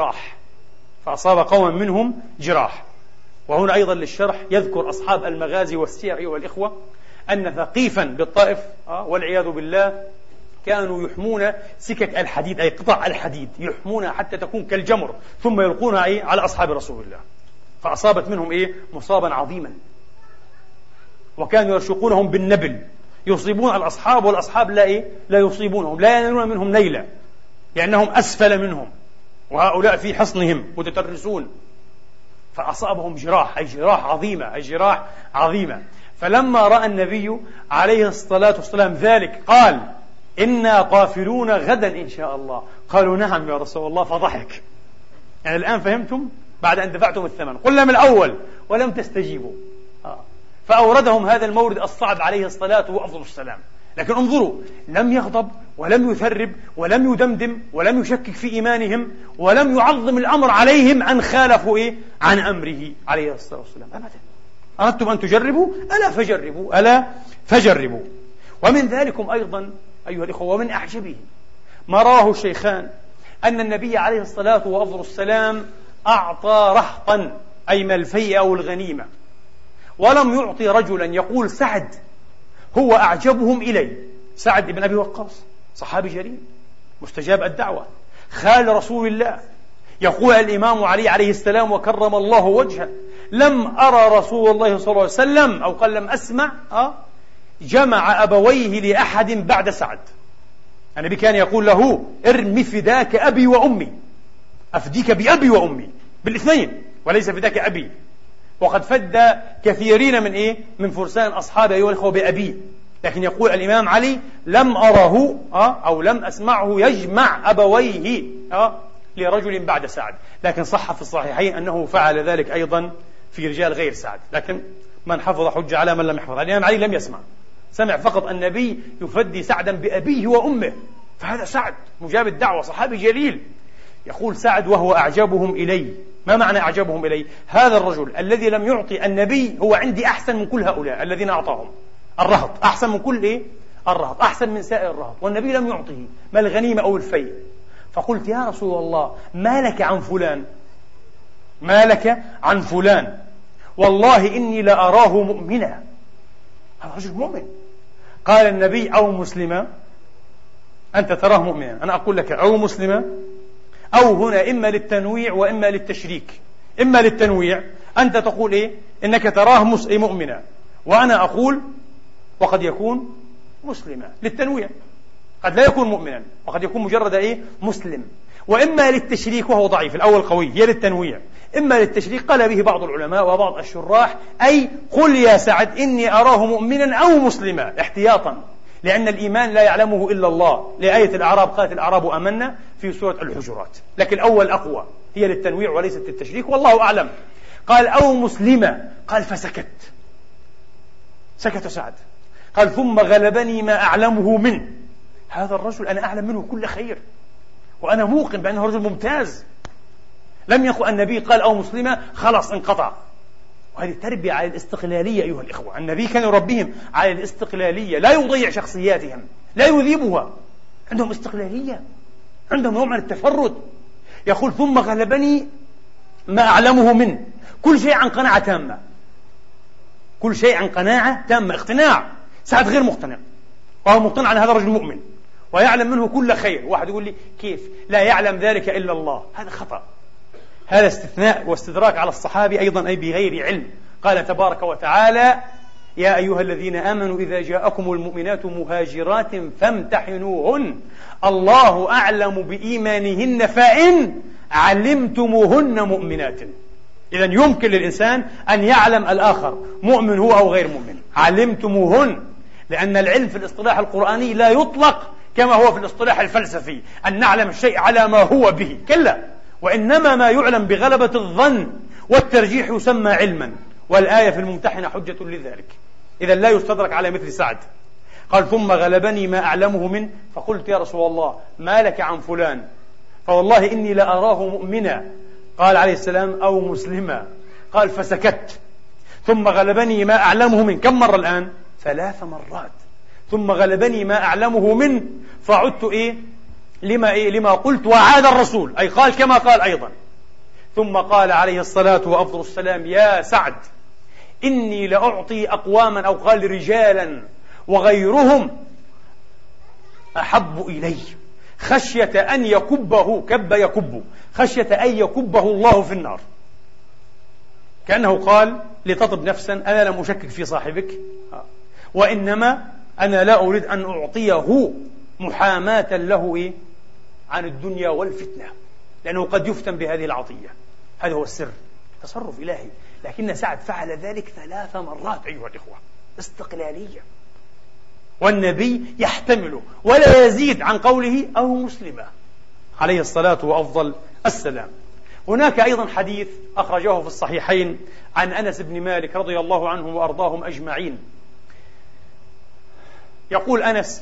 Speaker 2: منهم جراح. وهنا أيضا للشرح يذكر أصحاب المغازي والسير أيها الإخوة أن ثقيفا بالطائف والعياذ بالله كانوا يحمون سكك الحديد، أي قطع الحديد، يحمونها حتى تكون كالجمر، ثم يلقونها على أصحاب رسول الله، فأصابت منهم مصابا عظيما. وكانوا يرشقونهم بالنبل، يصيبون الأصحاب والأصحاب لا يصيبونهم، لا ينالون منهم نيلا، لأنهم أسفل منهم، وهؤلاء في حصنهم متترسون. فأصابهم جراح، أي جراح عظيمة. فلما رأى النبي عليه الصلاة والسلام ذلك قال: إنا قافلون غدا إن شاء الله. قالوا: نعم يا رسول الله. فضحك. يعني الآن فهمتم؟ بعد أن دفعتم الثمن، قلنا من الأول ولم تستجيبوا. فأوردهم هذا المورد الصعب عليه الصلاة وأفضل السلام. لكن انظروا، لم يغضب ولم يثرب ولم يدمدم ولم يشكك في إيمانهم ولم يعظم الأمر عليهم أن خالفوا عن أمره عليه الصلاة والسلام أبدا. أردتم أن تجربوا، ألا فجربوا. ومن ذلكم أيضا أيها الإخوة، ومن أعجبه ما رواه الشيخان أن النبي عليه الصلاة وأفضل السلام أعطى رهطا، أي من الفيء أو الغنيمة، ولم يعطي رجلا يقول سعد هو أعجبهم إلي. سعد بن أبي وقاص صحابي جليل مستجاب الدعوة، خال رسول الله، يقول الإمام علي عليه السلام وكرم الله وجهه: لم أرى رسول الله صلى الله عليه وسلم، أو قال لم أسمع جمع أبويه لأحد بعد سعد. النبي كان يقول له: ارمي فداك أبي وأمي، أفديك بأبي وأمي، بالاثنين، وليس فداك أبي. وقد فد كثيرين من فرسان أصحابه أيها الأخوة بأبيه. لكن يقول الإمام علي: لم أره أو لم أسمعه يجمع أبويه لرجل بعد سعد. لكن صح في الصحيحين أنه فعل ذلك أيضا في رجال غير سعد، لكن من حفظ حجة على من لم يحفظ. الإمام علي لم يسمع، سمع فقط النبي يفدي سعدا بأبيه وأمه، فهذا سعد مجاب الدعوة صحابي جليل. يقول سعد: وهو أعجبهم إلي. ما معنى أعجبهم إلي؟ هذا الرجل الذي لم يعطي النبي هو عندي أحسن من كل هؤلاء الذين أعطاهم الرهط، أحسن من كل الرهط، أحسن من سائر الرهط، والنبي لم يعطه ما الغنيمة أو الفيء. فقلت: يا رسول الله، ما لك عن فلان؟ ما لك عن فلان؟ والله إني لأراه مؤمنا. هذا رجل مؤمن. قال النبي: أو مسلما. أنت تراه مؤمنا، أنا أقول لك أو مسلما. أو هنا إما للتنويع وإما للتشريك. إما للتنويع، أنت تقول إنك تراه مؤمنا، وأنا أقول وقد يكون مسلما. للتنويع، قد لا يكون مؤمنا وقد يكون مجرد مسلم. وإما للتشريك وهو ضعيف، الأول قوي، هي للتنويع. إما للتشريك قال به بعض العلماء وبعض الشراح، أي قل يا سعد إني أراه مؤمنا أو مسلما، احتياطا، لأن الإيمان لا يعلمه إلا الله، لآية الأعراب قالت الأعراب آمنا في سورة الحجرات. لكن الأول أقوى، هي للتنويع وليست للتشريك، والله أعلم. قال: أو مسلما. قال: فسكت. سكت سعد. قال: ثم غلبني ما أعلمه منه. هذا الرجل أنا أعلم منه كل خير، وأنا موقن بأنه رجل ممتاز. لم يقل النبي قال أو مسلمة خلاص انقطع. وهذه تربية على الاستقلالية أيها الإخوة. النبي كان يربيهم على الاستقلالية، لا يضيع شخصياتهم، لا يذيبها، عندهم استقلالية، عندهم نوع من التفرد. يقول: ثم غلبني ما أعلمه منه. كل شيء عن قناعة تامة، كل شيء عن قناعة تامة، اقتناع. سعد غير مقتنع، وهو مقتنع أن هذا رجل مؤمن ويعلم منه كل خير. واحد يقول لي: كيف؟ لا يعلم ذلك إلا الله. هذا خطأ، هذا استثناء واستدراك على الصحابي أيضا، أي بغير علم. قال تبارك وتعالى: يا أيها الذين آمنوا إذا جاءكم المؤمنات مهاجرات فامتحنوهن الله أعلم بإيمانهن فإن علمتموهن مؤمنات. إذا يمكن للإنسان أن يعلم الآخر مؤمن هو أو غير مؤمن. علمتموهن، لأن العلم في الاصطلاح القرآني لا يطلق كما هو في الاصطلاح الفلسفي، أن نعلم الشيء على ما هو به، كلا، وإنما ما يعلم بغلبة الظن والترجيح يسمى علما، والآية في الممتحنة حجة لذلك. إذا لا يستدرك على مثل سعد. قال: ثم غلبني ما أعلمه منه، فقلت: يا رسول الله، ما لك عن فلان؟ فوالله إني لأراه مؤمنا. قال عليه السلام: أو مسلما. قال: فسكت. ثم غلبني ما أعلمه منه. كم مرة الآن؟ 3 مرات. ثم غلبني ما أعلمه منه، فعدت لما قلت، وعاد الرسول، أي قال كما قال أيضا. ثم قال عليه الصلاة وأفضل السلام: يا سعد، إني لأعطي أقواما، أو قال رجالا، وغيرهم أحب إلي، خشية أن يكبه، كب يكب، خشية أن يكبه الله في النار. كأنه قال لتطب نفسا: أنا لم أشكك في صاحبك، وإنما أنا لا أريد أن أعطيه محاماة له عن الدنيا والفتنة، لأنه قد يفتن بهذه العطية. هذا هو السر، تصرف إلهي. لكن سعد فعل ذلك 3 مرات أيها الإخوة، استقلالية. والنبي يحتمله ولا يزيد عن قوله أو مسلمة عليه الصلاة وأفضل السلام. هناك أيضا حديث أخرجه في الصحيحين عن أنس بن مالك رضي الله عنهم وأرضاهم أجمعين. يقول أنس: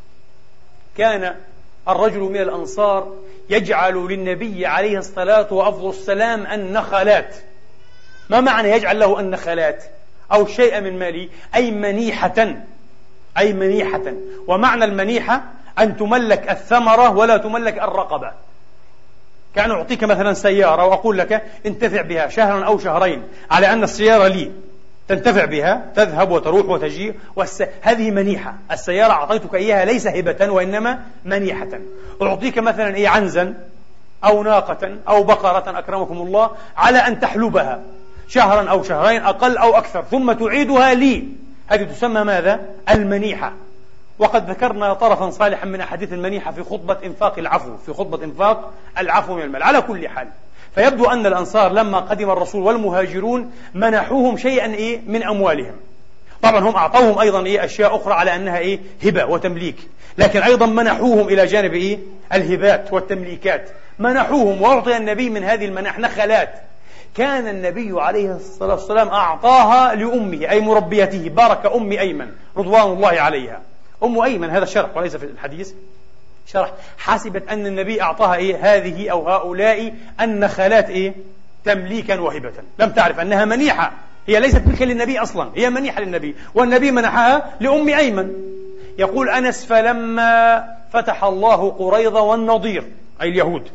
Speaker 2: كان الرجل من الأنصار يجعل للنبي عليه الصلاة وأفضل السلام النخلات. ما معنى يجعل له النخلات؟ أو شيء من ماله، أي منيحة، أي منيحة. ومعنى المنيحة أن تملك الثمرة ولا تملك الرقبة. كأن أعطيك مثلا سيارة وأقول لك انتفع بها شهرا أو شهرين، على أن السيارة لي، تنتفع بها، تذهب وتروح وتجي، هذه منيحة. السيارة أعطيتك إياها ليس هبة وإنما منيحة. أعطيك مثلا عنزا أو ناقة أو بقرة أكرمكم الله على أن تحلبها شهرا أو شهرين أقل أو أكثر، ثم تعيدها لي، هذه تسمى ماذا؟ المنيحة. وقد ذكرنا طرفا صالحا من أحاديث المنيحة في خطبة إنفاق العفو، في خطبة إنفاق العفو من المال. على كل حال، فيبدو أن الأنصار لما قدم الرسول والمهاجرون منحوهم شيئا من أموالهم. طبعا هم أعطوهم أيضا أشياء أخرى على أنها هبة وتمليك، لكن أيضا منحوهم إلى جانب الهبات والتمليكات، منحوهم. وأعطي النبي من هذه المنح نخلات. كان النبي عليه الصلاة والسلام أعطاها لأمه، أي مربيته، بارك أم أيمن رضوان الله عليها. أم أيمن، هذا شرح وليس في الحديث، شرح. حسبت أن النبي أعطاها هذه أو هؤلاء النخلات تمليكا وهبة. لم تعرف أنها منيحة، هي ليست ملكا للنبي أصلا، هي منيحة للنبي، والنبي منحها لأم أيمن. يقول أنس: فلما فتح الله قريظة والنضير، أي اليهود،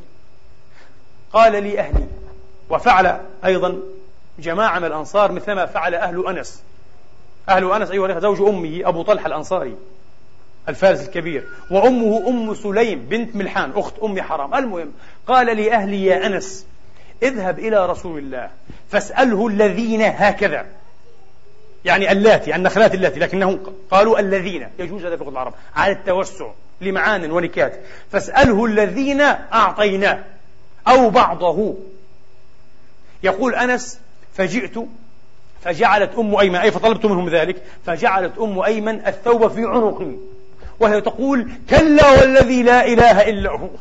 Speaker 2: قال لي أهلي. وفعل أيضا جماعة من الأنصار مثلما فعل أهل أنس. أهل أنس أيها الأخوة زوج أمه أبو طلحة الأنصاري الفارس الكبير، وأمه أم سليم بنت ملحان أخت أم حرام. المهم، قال لي أهلي: يا أنس، اذهب إلى رسول الله فاسأله الذين هكذا، يعني اللاتي، النخلات اللاتي، لكنهم قالوا الذين، يجوز هذا في لغة العرب على التوسع لمعان ونكات. فاسأله الذين أعطيناه أو بعضه. يقول أنس: فجئت فجعلت أم أيمن، أي فطلبت منهم ذلك، فجعلت أم أيمن الثوب في عنقي وهي تقول: كلا والذي لا إله إلا هو،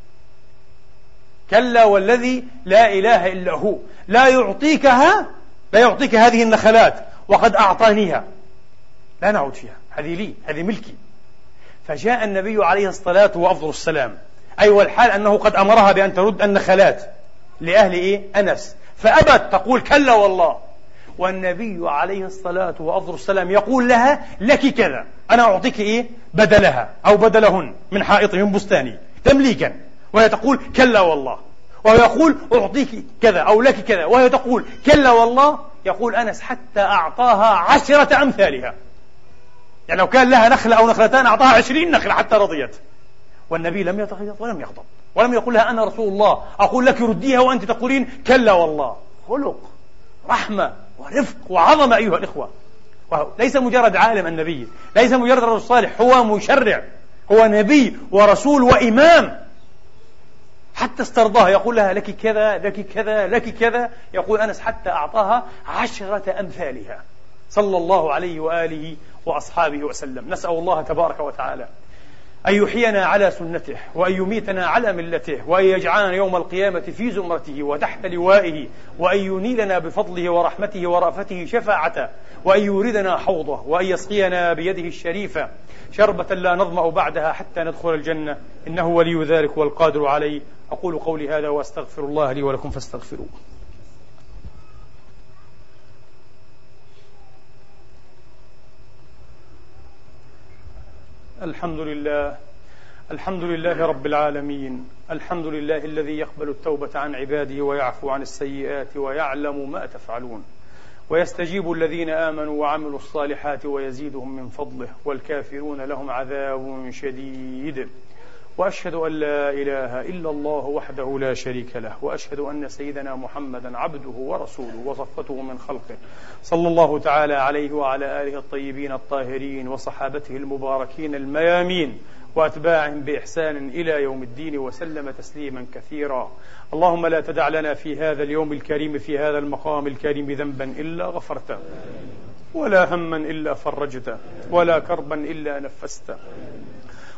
Speaker 2: كلا والذي لا إله إلا هو، لا يعطيك هذه النخلات وقد أعطانيها، لا نعود فيها، هذه لي، هذه ملكي. فجاء النبي عليه الصلاة وأفضل السلام، أي والحال أنه قد أمرها بأن ترد النخلات لأهل أنس، فأبت، تقول: كلا والله. والنبي عليه الصلاة وأفضل السلام يقول لها: لك كذا، أنا أعطيك بدلها أو بدلهن من حائطي من بستاني تمليكا، وهي تقول: كلا والله. وهو يقول: أعطيك كذا أو لك كذا، وهي تقول: كلا والله. يقول أنس: حتى أعطاها 10 أمثالها، يعني لو كان لها نخلة أو نخلتان أعطاها 20 نخلة حتى رضيت. والنبي لم يتغيظ ولم يغضب ولم يقول لها: أنا رسول الله أقول لك رديها وأنت تقولين كلا والله. خلق رحمة ورفق وعظمة أيها الإخوة. ليس مجرد عالم النبي، ليس مجرد رجل صالح، هو مشرع، هو نبي ورسول وإمام. حتى استرضاها، يقول لها: لك كذا لك كذا لك كذا. يقول أنس: حتى أعطاها 10 أمثالها، صلى الله عليه وآله وأصحابه وسلم. نسأل الله تبارك وتعالى أن يحيينا على سنته، وأن يميتنا على ملته، وأن يجعلنا يوم القيامة في زمرته وتحت لوائه، وأن ينيلنا بفضله ورحمته ورأفته شفاعته، وأن يوردنا حوضه، وأن يسقينا بيده الشريفة شربة لا نظمأ بعدها حتى ندخل الجنة، إنه ولي ذلك والقادر عليه. أقول قولي هذا وأستغفر الله لي ولكم فاستغفروه. الحمد لله رب العالمين، الحمد لله الذي يقبل التوبة عن عباده ويعفو عن السيئات ويعلم ما تفعلون، ويستجيب الذين آمنوا وعملوا الصالحات ويزيدهم من فضله، والكافرون لهم عذاب شديد. وأشهد أن لا إله إلا الله وحده لا شريك له، وأشهد أن سيدنا محمدا عبده ورسوله وصفته من خلقه، صلى الله تعالى عليه وعلى آله الطيبين الطاهرين وصحابته المباركين الميامين وأتباعهم بإحسان إلى يوم الدين، وسلم تسليما كثيرا. اللهم لا تدع لنا في هذا اليوم الكريم، في هذا المقام الكريم، ذنبا إلا غفرته، ولا هما إلا فرجته، ولا كربا إلا نفسته،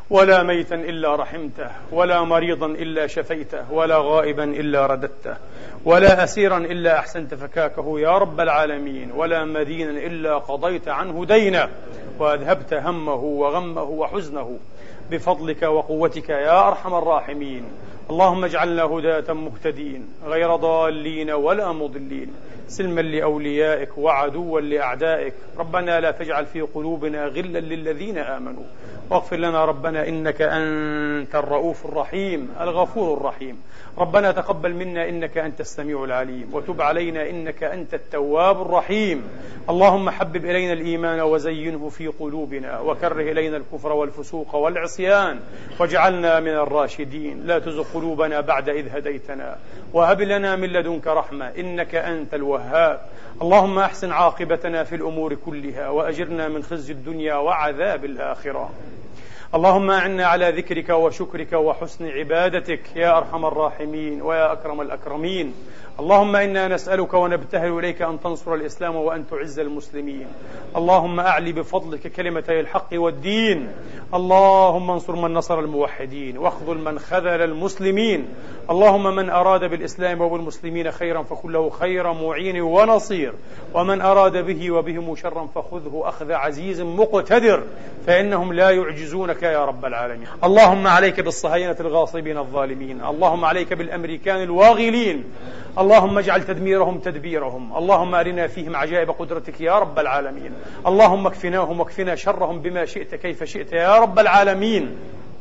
Speaker 2: ولا ميتا إلا رحمته، ولا مريضا إلا شفيته، ولا غائبا إلا رددته، ولا أسيرا إلا أحسنت فكاكه يا رب العالمين، ولا مدينا إلا قضيت عنه دينه وأذهبت همه وغمه وحزنه بفضلك وقوتك يا أرحم الراحمين. اللهم اجعلنا هداة مهتدين غير ضالين ولا مضلين، سلما لأوليائك وعدوا لأعدائك. ربنا لا تجعل في قلوبنا غلا للذين آمنوا، واغفر لنا ربنا إنك أنت الرؤوف الرحيم الغفور الرحيم. ربنا تقبل منا إنك أنت السميع العليم، وتب علينا إنك أنت التواب الرحيم. اللهم حبب إلينا الإيمان وزينه في قلوبنا، وكره إلينا الكفر والفسوق والعصيان، واجعلنا من الراشدين. لا تزغ قلوبنا بعد إذ هديتنا، وهب لنا من لدنك رحمة إنك أنت الوهاب. اللهم أحسن عاقبتنا في الأمور كلها، وأجرنا من خزي الدنيا وعذاب الآخرة. اللهم أعنا على ذكرك وشكرك وحسن عبادتك يا أرحم الراحمين ويا أكرم الأكرمين. اللهم إنا نسألك ونبتهل إليك أن تنصر الإسلام وأن تعز المسلمين. اللهم أعلي بفضلك كلمتي الحق والدين. اللهم انصر من نصر الموحدين، واخذل من خذل المسلمين. اللهم من أراد بالإسلام وبالمسلمين خيرا فكن له خير معين ونصير، ومن أراد به وبهم شرا فخذه أخذ عزيز مقتدر، فإنهم لا يعجزونك يا رب العالمين. اللهم عليك بالصهاينة الغاصبين الظالمين. اللهم عليك بالأمريكان الواغلين. اللهم اجعل تدميرهم تدبيرهم. اللهم أرنا فيهم عجائب قدرتك يا رب العالمين. اللهم اكفناهم واكفنا شرهم بما شئت كيف شئت يا رب العالمين.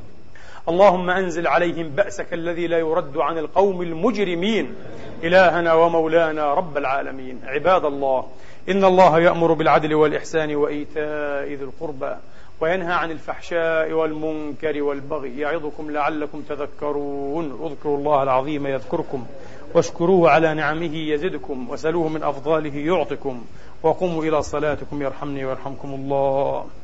Speaker 2: اللهم أنزل عليهم بأسك الذي لا يرد عن القوم المجرمين. إلهنا ومولانا رب العالمين. عباد الله، إن الله يأمر بالعدل والإحسان وإيتاء ذي القربى، وينهى عن الفحشاء والمنكر والبغي، يعظكم لعلكم تذكرون. اذكروا الله العظيم يذكركم، واشكروه على نعمه يزدكم، وسلوه من أفضاله يعطكم، وقوموا إلى صلاتكم يرحمني ويرحمكم الله.